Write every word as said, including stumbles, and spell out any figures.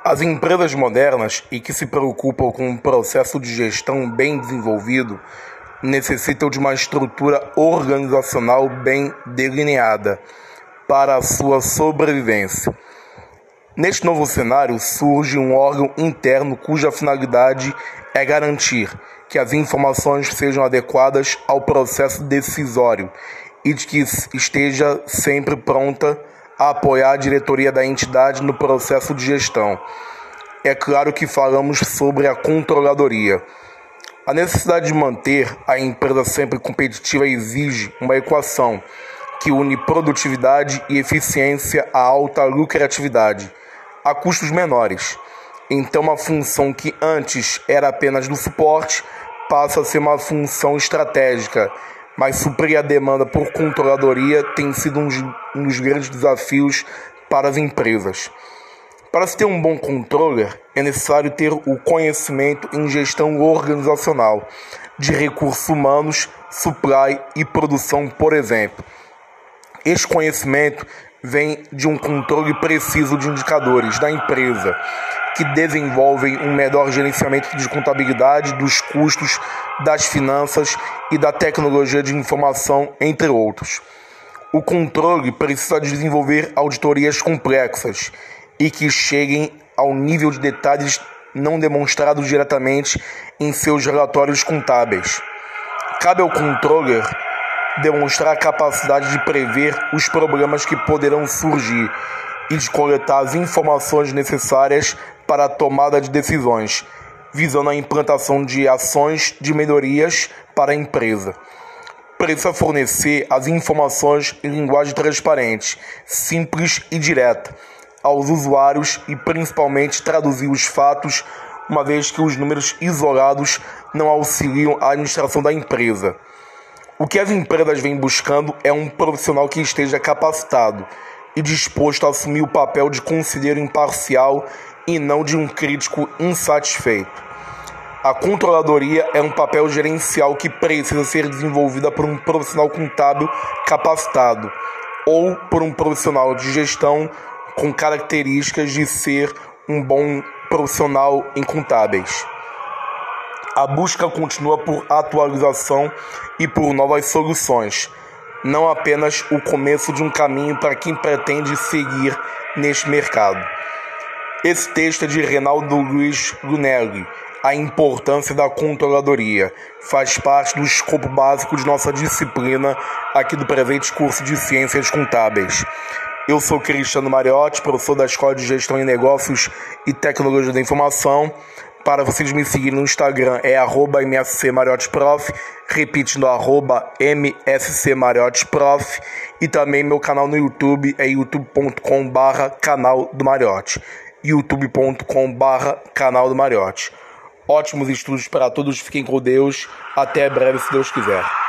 As empresas modernas e que se preocupam com um processo de gestão bem desenvolvido necessitam de uma estrutura organizacional bem delineada para a sua sobrevivência. Neste novo cenário, surge um órgão interno cuja finalidade é garantir que as informações sejam adequadas ao processo decisório e de que esteja sempre pronta a apoiar a diretoria da entidade no processo de gestão. É claro que falamos sobre a controladoria. A necessidade de manter a empresa sempre competitiva exige uma equação que une produtividade e eficiência a alta lucratividade, a custos menores. Então, uma função que antes era apenas do suporte passa a ser uma função estratégica, mas suprir a demanda por controladoria tem sido um dos grandes desafios para as empresas. Para se ter um bom controller, é necessário ter o conhecimento em gestão organizacional, de recursos humanos, supply e produção, por exemplo. Este conhecimento vem de um controle preciso de indicadores da empresa, que desenvolvem um melhor gerenciamento de contabilidade, dos custos, das finanças e da tecnologia de informação, entre outros. O controle precisa desenvolver auditorias complexas e que cheguem ao nível de detalhes não demonstrados diretamente em seus relatórios contábeis. Cabe ao controller demonstrar a capacidade de prever os problemas que poderão surgir e de coletar as informações necessárias para a tomada de decisões, visando a implantação de ações de melhorias para a empresa. Precisa fornecer as informações em linguagem transparente, simples e direta aos usuários e principalmente traduzir os fatos, uma vez que os números isolados não auxiliam a administração da empresa. O que as empresas vêm buscando é um profissional que esteja capacitado e disposto a assumir o papel de conselheiro imparcial e não de um crítico insatisfeito. A controladoria é um papel gerencial que precisa ser desenvolvida por um profissional contábil capacitado ou por um profissional de gestão com características de ser um bom profissional em contábeis. A busca continua por atualização e por novas soluções, não apenas o começo de um caminho para quem pretende seguir neste mercado. Esse texto é de Reinaldo Luiz Lunelli. A importância da controladoria faz parte do escopo básico de nossa disciplina aqui do presente curso de Ciências Contábeis. Eu sou Cristiano Mariotti, professor da Escola de Gestão em Negócios e Tecnologia da Informação. Para vocês me seguirem no Instagram é arroba mscmariottprof, repetindo arroba mscmariottprof, e também meu canal no YouTube é youtube ponto com barra canal do Mariotti, youtube ponto com barra canal do Mariotti. Ótimos estudos para todos, fiquem com Deus, até breve se Deus quiser.